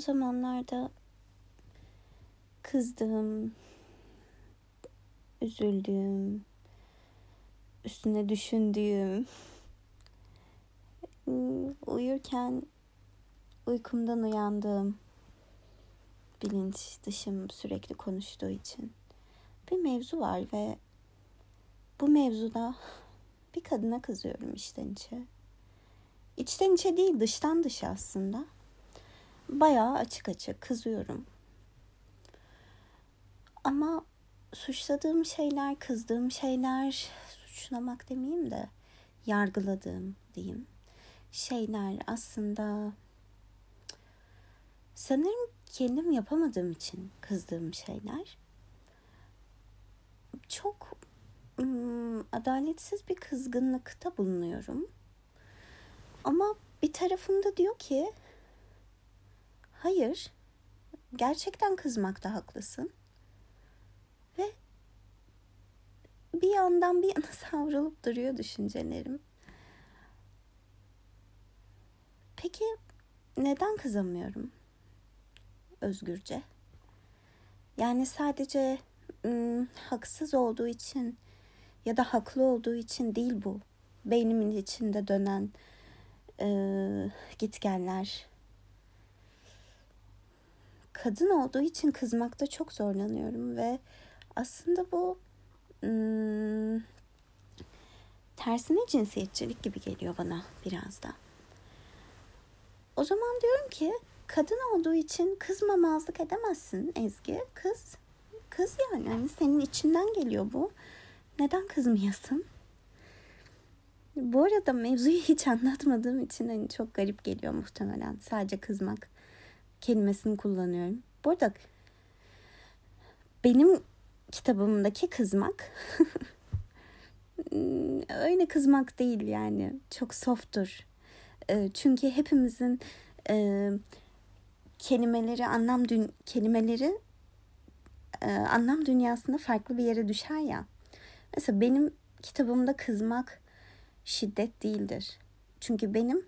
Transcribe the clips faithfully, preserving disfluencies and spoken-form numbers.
zamanlarda kızdığım, üzüldüğüm, üstüne düşündüğüm, uyurken uykumdan uyandığım, bilinç dışım sürekli konuştuğu için bir mevzu var ve bu mevzuda bir kadına kızıyorum içten içe. İçten içe değil, dıştan dışa aslında. Bayağı açık açık kızıyorum. Ama suçladığım şeyler, kızdığım şeyler, suçlamak demeyeyim de yargıladığım diyeyim şeyler aslında sanırım kendim yapamadığım için kızdığım şeyler. Çok ım, adaletsiz bir kızgınlıkta bulunuyorum. Ama bir tarafımda diyor ki hayır, gerçekten kızmakta haklısın. Ve bir yandan bir yana savrulup duruyor düşüncelerim. Peki neden kızamıyorum özgürce? Yani sadece ım, haksız olduğu için ya da haklı olduğu için değil bu. Beynimin içinde dönen e, gitgeller. Kadın olduğu için kızmakta çok zorlanıyorum ve aslında bu ım, tersine cinsiyetçilik gibi geliyor bana biraz da. O zaman diyorum ki kadın olduğu için kızmamazlık edemezsin Ezgi. Kız, kız yani. yani senin içinden geliyor bu. Neden kızmıyorsun? Bu arada mevzuyu hiç anlatmadığım için hani çok garip geliyor muhtemelen. Sadece kızmak kelimesini kullanıyorum. Bu arada benim kitabımdaki kızmak öyle kızmak değil yani. Çok softtur. Çünkü hepimizin e, kelimeleri, anlam dün kelimeleri e, anlam dünyasında farklı bir yere düşer ya. Mesela benim kitabımda kızmak şiddet değildir. Çünkü benim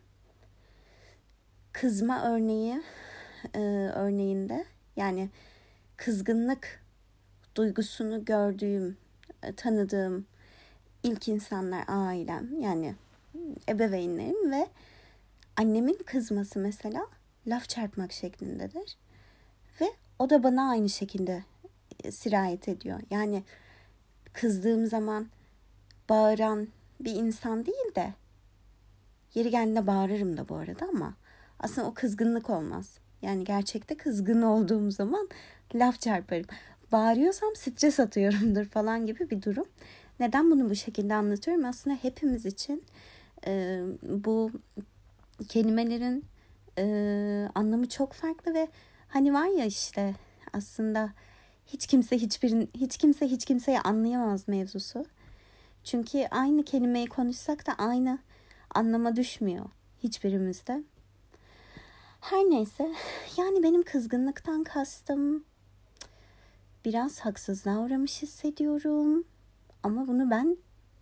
kızma örneği e, örneğinde yani kızgınlık duygusunu gördüğüm, e, tanıdığım ilk insanlar ailem yani ebeveynlerim ve annemin kızması mesela laf çarpmak şeklindedir. Ve o da bana aynı şekilde sirayet ediyor. Yani kızdığım zaman bağıran bir insan değil de yeri geldiğinde bağırırım da bu arada ama aslında o kızgınlık olmaz. Yani gerçekte kızgın olduğum zaman laf çarparım. Bağırıyorsam stres atıyorumdur falan gibi bir durum. Neden bunu bu şekilde anlatıyorum? Aslında hepimiz için e, bu kelimelerin e, anlamı çok farklı ve hani var ya işte aslında hiç kimse hiçbirin hiç kimse hiç kimseyi anlayamaz mevzusu. Çünkü aynı kelimeyi konuşsak da aynı anlama düşmüyor hiçbirimizde. Her neyse yani benim kızgınlıktan kastım biraz haksızlığa uğramış hissediyorum. Ama bunu ben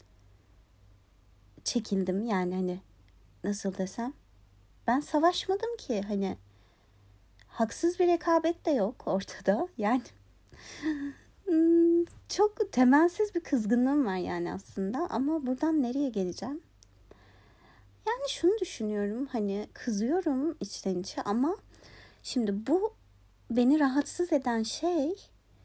çekildim yani hani nasıl desem. Ben savaşmadım ki hani haksız bir rekabet de yok ortada. Yani çok temelsiz bir kızgınlığım var yani aslında. Ama buradan nereye geleceğim? Yani şunu düşünüyorum hani kızıyorum içten içe ama şimdi bu beni rahatsız eden şey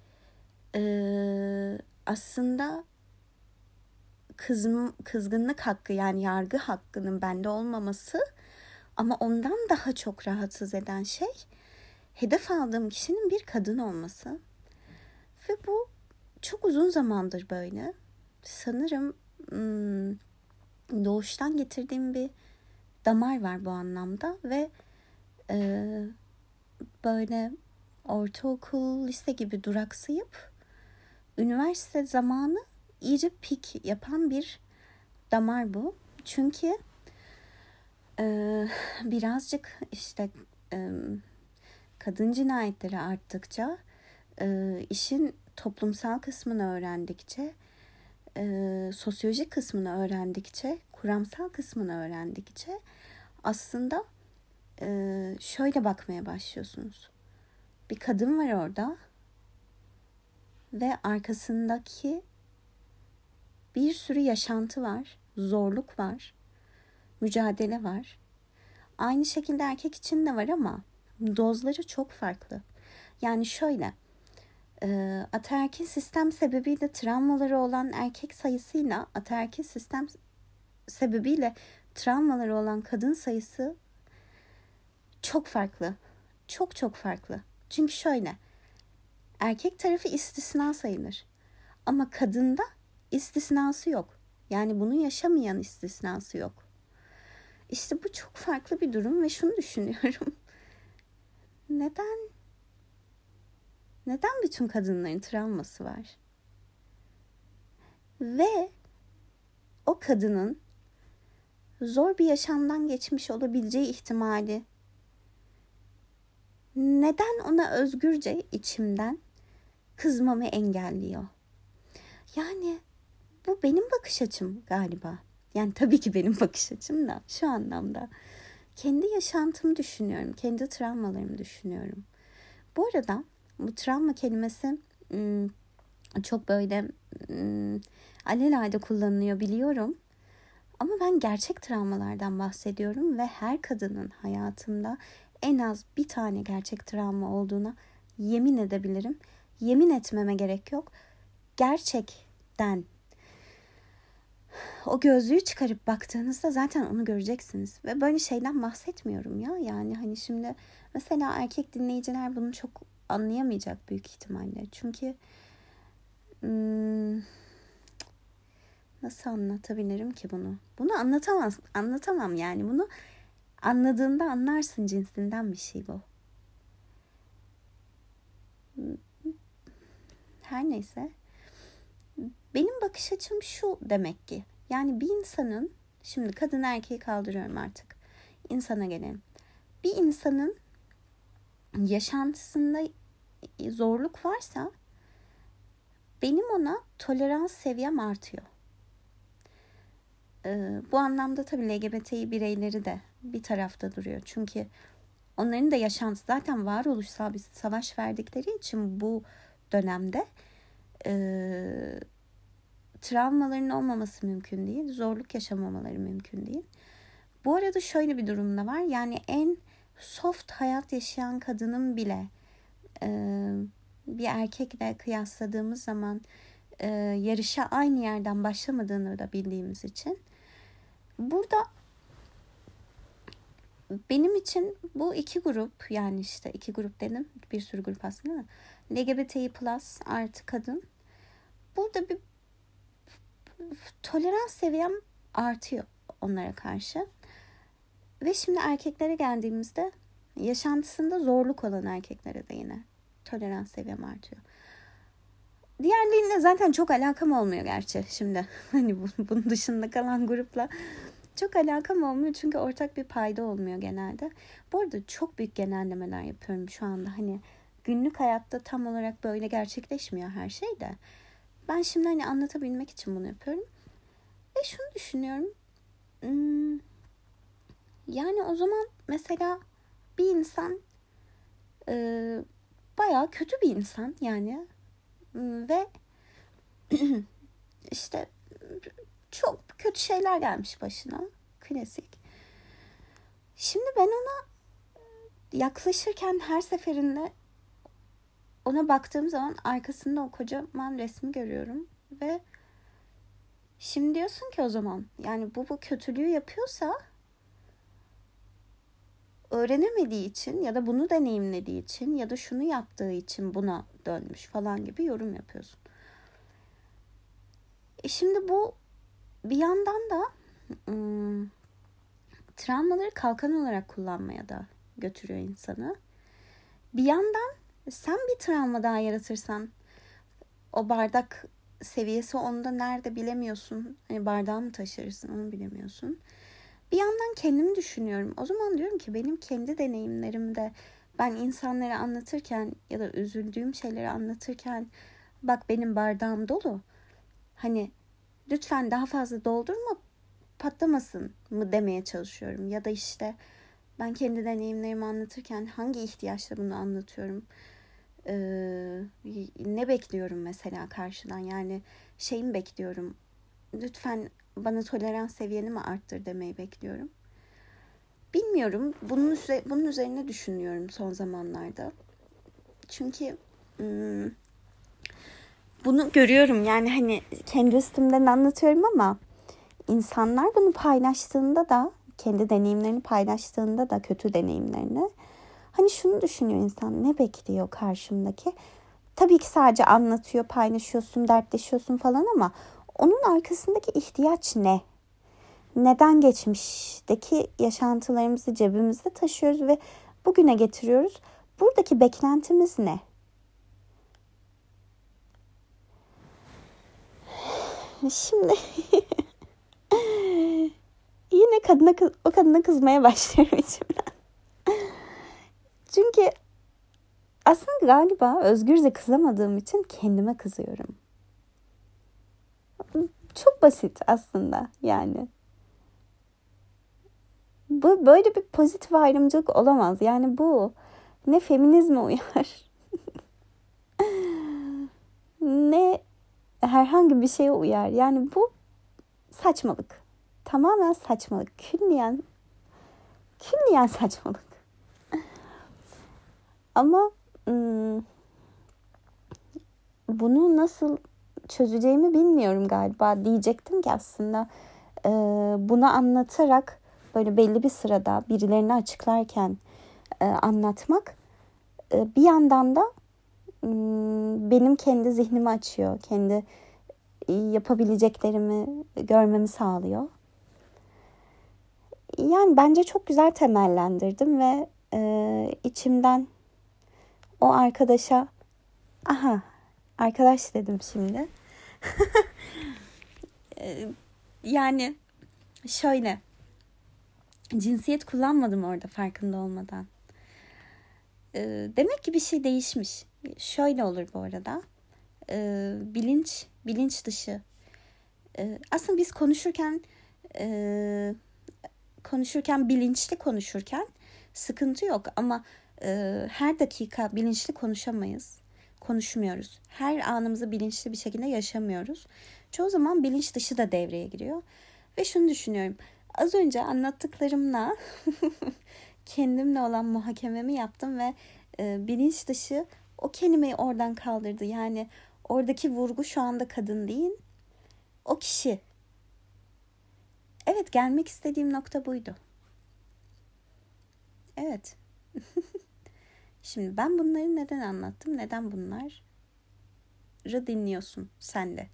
e, aslında kızım, kızgınlık hakkı yani yargı hakkının bende olmaması ama ondan daha çok rahatsız eden şey hedef aldığım kişinin bir kadın olması. Ve bu çok uzun zamandır böyle. Sanırım doğuştan getirdiğim bir damar var bu anlamda ve e, böyle ortaokul, lise gibi duraksayıp üniversite zamanı iyice pik yapan bir damar bu. Çünkü e, birazcık işte e, kadın cinayetleri arttıkça, e, işin toplumsal kısmını öğrendikçe, e, sosyolojik kısmını öğrendikçe, kuramsal kısmını öğrendikçe aslında e, şöyle bakmaya başlıyorsunuz. Bir kadın var orada ve arkasındaki bir sürü yaşantı var, zorluk var, mücadele var. Aynı şekilde erkek için de var ama dozları çok farklı. Yani şöyle, e, ataerkil sistem sebebiyle travmaları olan erkek sayısıyla ataerkil sistem sebebiyle travmaları olan kadın sayısı çok farklı. Çok çok farklı. Çünkü şöyle, erkek tarafı istisna sayılır. Ama kadında istisnası yok. Yani bunu yaşamayan istisnası yok. İşte bu çok farklı bir durum ve şunu düşünüyorum. Neden? Neden bütün kadınların travması var? Ve o kadının zor bir yaşamdan geçmiş olabileceği ihtimali neden ona özgürce içimden kızmamı engelliyor? Yani bu benim bakış açım galiba. Yani tabii ki benim bakış açım da şu anlamda. Kendi yaşantımı düşünüyorum, kendi travmalarımı düşünüyorum. Bu arada bu travma kelimesi çok böyle alelade kullanılıyor biliyorum. Ama ben gerçek travmalardan bahsediyorum ve her kadının hayatında en az bir tane gerçek travma olduğuna yemin edebilirim. Yemin etmeme gerek yok. Gerçekten o gözlüğü çıkarıp baktığınızda zaten onu göreceksiniz. Ve böyle şeyden bahsetmiyorum ya. Yani hani şimdi mesela erkek dinleyiciler bunu çok anlayamayacak büyük ihtimalle. Çünkü hmm, nasıl anlatabilirim ki bunu? Bunu anlatamam, anlatamam yani. Bunu anladığında anlarsın, cinsinden bir şey bu. Her neyse. Benim bakış açım şu demek ki. Yani bir insanın, şimdi kadın erkeği kaldırıyorum artık. İnsana gelelim. Bir insanın yaşantısında zorluk varsa benim ona tolerans seviyem artıyor. Ee, bu anlamda tabii L G B T bireyleri de bir tarafta duruyor. Çünkü onların da yaşantısı zaten varoluşsal bir savaş verdikleri için bu dönemde e, travmaların olmaması mümkün değil. Zorluk yaşamamaları mümkün değil. Bu arada şöyle bir durum da var. Yani en soft hayat yaşayan kadının bile e, bir erkekle kıyasladığımız zaman e, yarışa aynı yerden başlamadığını da bildiğimiz için burada benim için bu iki grup, yani işte iki grup dedim, bir sürü grup aslında, L G B T plus artı kadın, burada bir tolerans seviyem artıyor onlara karşı. Ve şimdi erkeklere geldiğimizde yaşantısında zorluk olan erkeklere de yine tolerans seviyem artıyor. Diğerleriyle zaten çok alakam olmuyor gerçi şimdi. Hani bunun dışında kalan grupla çok alakam olmuyor çünkü ortak bir payda olmuyor genelde. Bu arada çok büyük genellemeler yapıyorum şu anda. Hani günlük hayatta tam olarak böyle gerçekleşmiyor her şey de. Ben şimdi hani anlatabilmek için bunu yapıyorum. Ve şunu düşünüyorum. Hmm, yani o zaman mesela bir insan e, bayağı kötü bir insan yani. Ve işte çok kötü şeyler gelmiş başına. Klasik. Şimdi ben ona yaklaşırken her seferinde ona baktığım zaman arkasında o kocaman resmi görüyorum. Ve şimdi diyorsun ki o zaman yani bu bu kötülüğü yapıyorsa öğrenemediği için ya da bunu deneyimlediği için ya da şunu yaptığı için buna dönmüş falan gibi yorum yapıyorsun. E şimdi bu bir yandan da ım, travmaları kalkan olarak kullanmaya da götürüyor insanı. Bir yandan sen bir travma daha yaratırsan o bardak seviyesi onda nerede bilemiyorsun. Hani bardağı mı taşırırsın onu bilemiyorsun. Bir yandan kendimi düşünüyorum. O zaman diyorum ki benim kendi deneyimlerimde ben insanlara anlatırken ya da üzüldüğüm şeyleri anlatırken bak benim bardağım dolu. Hani lütfen daha fazla doldurma, patlamasın mı demeye çalışıyorum. Ya da işte Ben kendi deneyimlerimi anlatırken hangi ihtiyaçla bunu anlatıyorum? Ee, ne bekliyorum mesela karşıdan? Yani şey mi bekliyorum? Lütfen bana tolerans seviyeni mi arttır demeyi bekliyorum. Bilmiyorum. Bunun, üzerine, bunun üzerine düşünüyorum son zamanlarda. Çünkü hmm, bunu görüyorum. Yani hani kendi üstümden anlatıyorum ama insanlar bunu paylaştığında da, kendi deneyimlerini paylaştığında da, kötü deneyimlerini, hani şunu düşünüyor insan, ne bekliyor karşımdaki? Tabii ki sadece anlatıyor, paylaşıyorsun, dertleşiyorsun falan ama onun arkasındaki ihtiyaç ne? Neden geçmişteki yaşantılarımızı cebimizde taşıyoruz ve bugüne getiriyoruz? Buradaki beklentimiz ne? Şimdi yine kadına o kadına kızmaya başlıyorum içimden. Çünkü aslında galiba özgürce kızamadığım için kendime kızıyorum. Çok basit aslında yani. Bu böyle bir pozitif ayrımcılık olamaz. Yani bu ne feminizme uyar ne herhangi bir şeye uyar. Yani bu saçmalık. Tamamen saçmalık. Külliyen, külliyen saçmalık. Ama ım, bunu nasıl çözeceğimi bilmiyorum galiba. Diyecektim ki aslında e, bunu anlatarak böyle belli bir sırada birilerini açıklarken e, anlatmak e, bir yandan da m, benim kendi zihnimi açıyor. Kendi yapabileceklerimi görmemi sağlıyor. Yani bence çok güzel temellendirdim ve e, içimden o arkadaşa, aha arkadaş dedim şimdi. e, yani şöyle, cinsiyet kullanmadım orada farkında olmadan. E, demek ki bir şey değişmiş. Şöyle olur bu arada. E, bilinç, bilinç dışı. E, aslında biz konuşurken e, konuşurken bilinçli konuşurken sıkıntı yok ama e, her dakika bilinçli konuşamayız. Konuşmuyoruz. Her anımızı bilinçli bir şekilde yaşamıyoruz. Çoğu zaman bilinç dışı da devreye giriyor. Ve şunu düşünüyorum. Az önce anlattıklarımla kendimle olan muhakememi yaptım ve e, bilinç dışı o kelimeyi oradan kaldırdı. Yani oradaki vurgu şu anda kadın değil, o kişi. Evet, gelmek istediğim nokta buydu. Evet. Şimdi ben bunları neden anlattım? Neden bunları dinliyorsun sen de?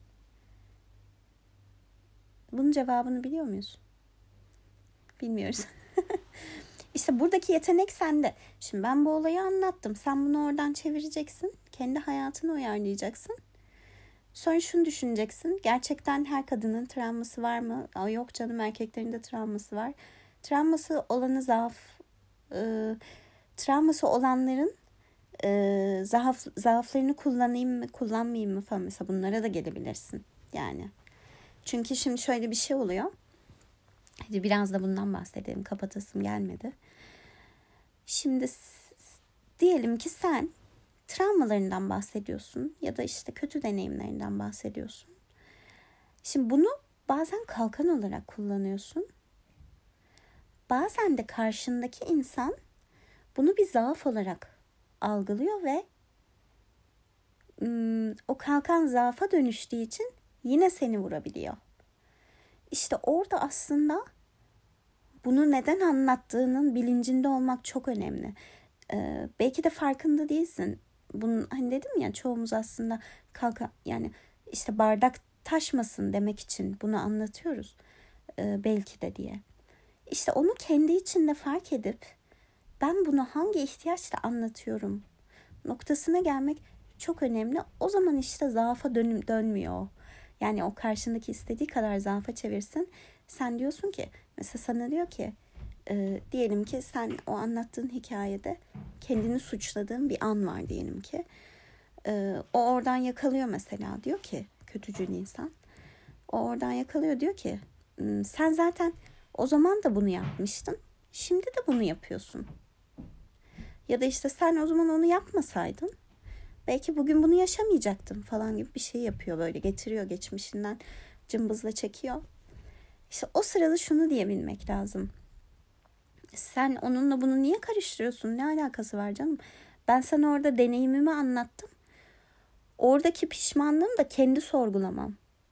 Bunun cevabını biliyor muyuz? Bilmiyoruz. İşte buradaki yetenek sende. Şimdi ben bu olayı anlattım. Sen bunu oradan çevireceksin. Kendi hayatına uyarlayacaksın. Sonra şunu düşüneceksin. Gerçekten her kadının travması var mı? Aa, yok canım, erkeklerin de travması var. Travması olanı zaaf, e, travması olanların e, zaaf, zaaflarını kullanayım mı, kullanmayayım mı falan, mesela bunlara da gelebilirsin. Yani. Çünkü şimdi şöyle bir şey oluyor. Hadi biraz da bundan bahsedelim. Kapatasım gelmedi. Şimdi diyelim ki sen travmalarından bahsediyorsun ya da işte kötü deneyimlerinden bahsediyorsun. Şimdi bunu bazen kalkan olarak kullanıyorsun. Bazen de karşındaki insan bunu bir zaaf olarak algılıyor ve o kalkan zaafa dönüştüğü için yine seni vurabiliyor. İşte orada aslında bunu neden anlattığının bilincinde olmak çok önemli. Ee, belki de farkında değilsin. Bunun hani dedim ya, çoğumuz aslında kalka yani işte bardak taşmasın demek için bunu anlatıyoruz. Ee, belki de diye. İşte onu kendi içinde fark edip ben bunu hangi ihtiyaçla anlatıyorum noktasına gelmek çok önemli. O zaman işte zaafa dön- dönmüyor. Yani o karşındaki istediği kadar zaafa çevirsin. Sen diyorsun ki, mesela sana diyor ki e, diyelim ki sen o anlattığın hikayede kendini suçladığın bir an var diyelim ki. E, o oradan yakalıyor mesela, diyor ki kötücül insan. O oradan yakalıyor, diyor ki sen zaten o zaman da bunu yapmıştın. Şimdi de bunu yapıyorsun. Ya da işte sen o zaman onu yapmasaydın belki bugün bunu yaşamayacaktın falan gibi bir şey yapıyor, böyle getiriyor geçmişinden, cımbızla çekiyor. İşte o sırada şunu diyebilmek lazım. Sen onunla bunu niye karıştırıyorsun? Ne alakası var canım? Ben sana orada deneyimimi anlattım. Oradaki pişmanlığım da kendi sorgulamam.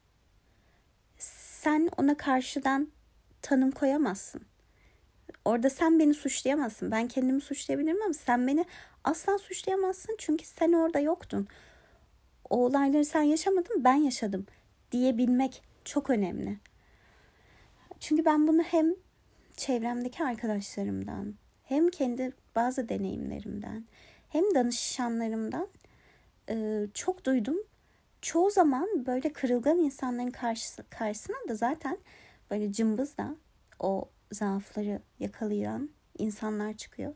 Sen ona karşıdan tanım koyamazsın. Orada sen beni suçlayamazsın. Ben kendimi suçlayabilirim ama sen beni asla suçlayamazsın. Çünkü sen orada yoktun. O olayları sen yaşamadın, ben yaşadım diyebilmek çok önemli. Çünkü ben bunu hem çevremdeki arkadaşlarımdan, hem kendi bazı deneyimlerimden, hem danışanlarımdan e, çok duydum. Çoğu zaman böyle kırılgan insanların karşı, karşısına da zaten böyle cımbızla o zaafları yakalayan insanlar çıkıyor.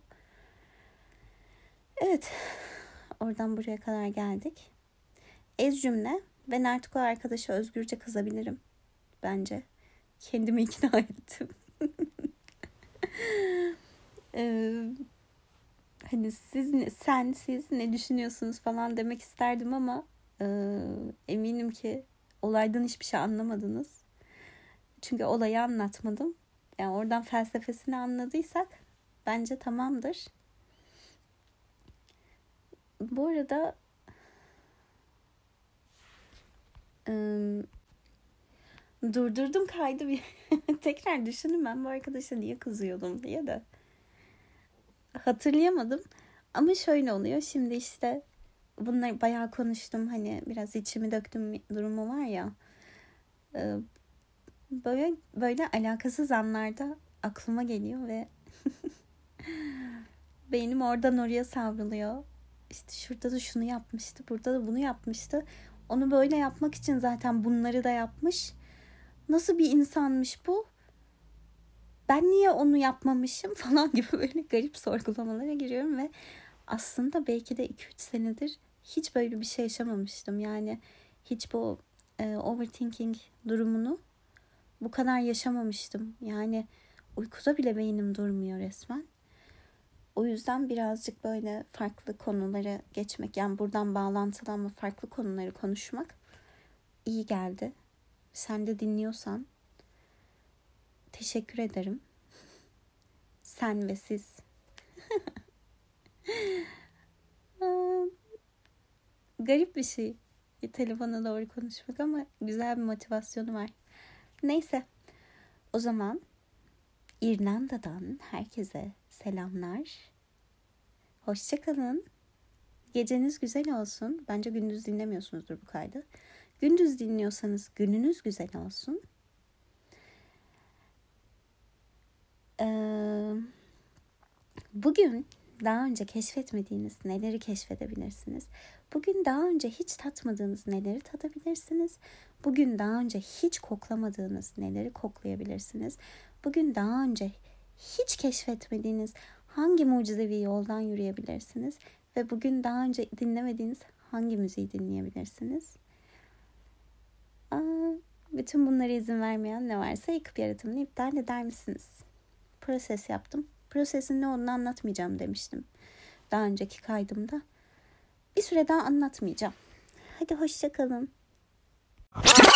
Evet, oradan buraya kadar geldik. Ez cümle, ben artık o arkadaşa özgürce kızabilirim bence. Kendimi ikna ettim. ee, hani siz ne, sen siz ne düşünüyorsunuz falan demek isterdim ama e, eminim ki olaydan hiçbir şey anlamadınız. Çünkü olayı anlatmadım. Yani oradan felsefesini anladıysak bence tamamdır. Bu arada ıı, durdurdum kaydı bir. Tekrar düşündüm, ben bu arkadaşa niye kızıyordum diye de. Hatırlayamadım. Ama şöyle oluyor. Şimdi işte bunları bayağı konuştum. Hani biraz içimi döktüm durumu var ya. Böyle böyle alakasız anlarda aklıma geliyor ve beynim oradan oraya savruluyor. İşte şurada da şunu yapmıştı, burada da bunu yapmıştı. Onu böyle yapmak için zaten bunları da yapmış. Nasıl bir insanmış bu? Ben niye onu yapmamışım falan gibi böyle garip sorgulamalara giriyorum ve aslında belki de iki üç senedir hiç böyle bir şey yaşamamıştım. Yani hiç bu e, overthinking durumunu bu kadar yaşamamıştım. Yani uykuda bile beynim durmuyor resmen. O yüzden birazcık böyle farklı konulara geçmek, yani buradan bağlantılı ama farklı konuları konuşmak iyi geldi. Sen de dinliyorsan teşekkür ederim. Sen ve siz. Garip bir şey. Telefona doğru konuşmak ama güzel bir motivasyonu var. Neyse. O zaman İrlanda'dan herkese selamlar. Hoşça kalın. Geceniz güzel olsun. Bence gündüz dinlemiyorsunuzdur bu kaydı. Gündüz dinliyorsanız gününüz güzel olsun. Ee, bugün daha önce keşfetmediğiniz neleri keşfedebilirsiniz? Bugün daha önce hiç tatmadığınız neleri tadabilirsiniz? Bugün daha önce hiç koklamadığınız neleri koklayabilirsiniz? Bugün daha önce hiç keşfetmediğiniz hangi mucizevi yoldan yürüyebilirsiniz? Ve bugün daha önce dinlemediğiniz hangi müziği dinleyebilirsiniz? Aa, bütün bunlara izin vermeyen ne varsa yıkıp yaratımını iptal eder misiniz? Proses yaptım. Prosesin ne olduğunu anlatmayacağım demiştim daha önceki kaydımda. Bir süre daha anlatmayacağım. Hadi hoşça kalın.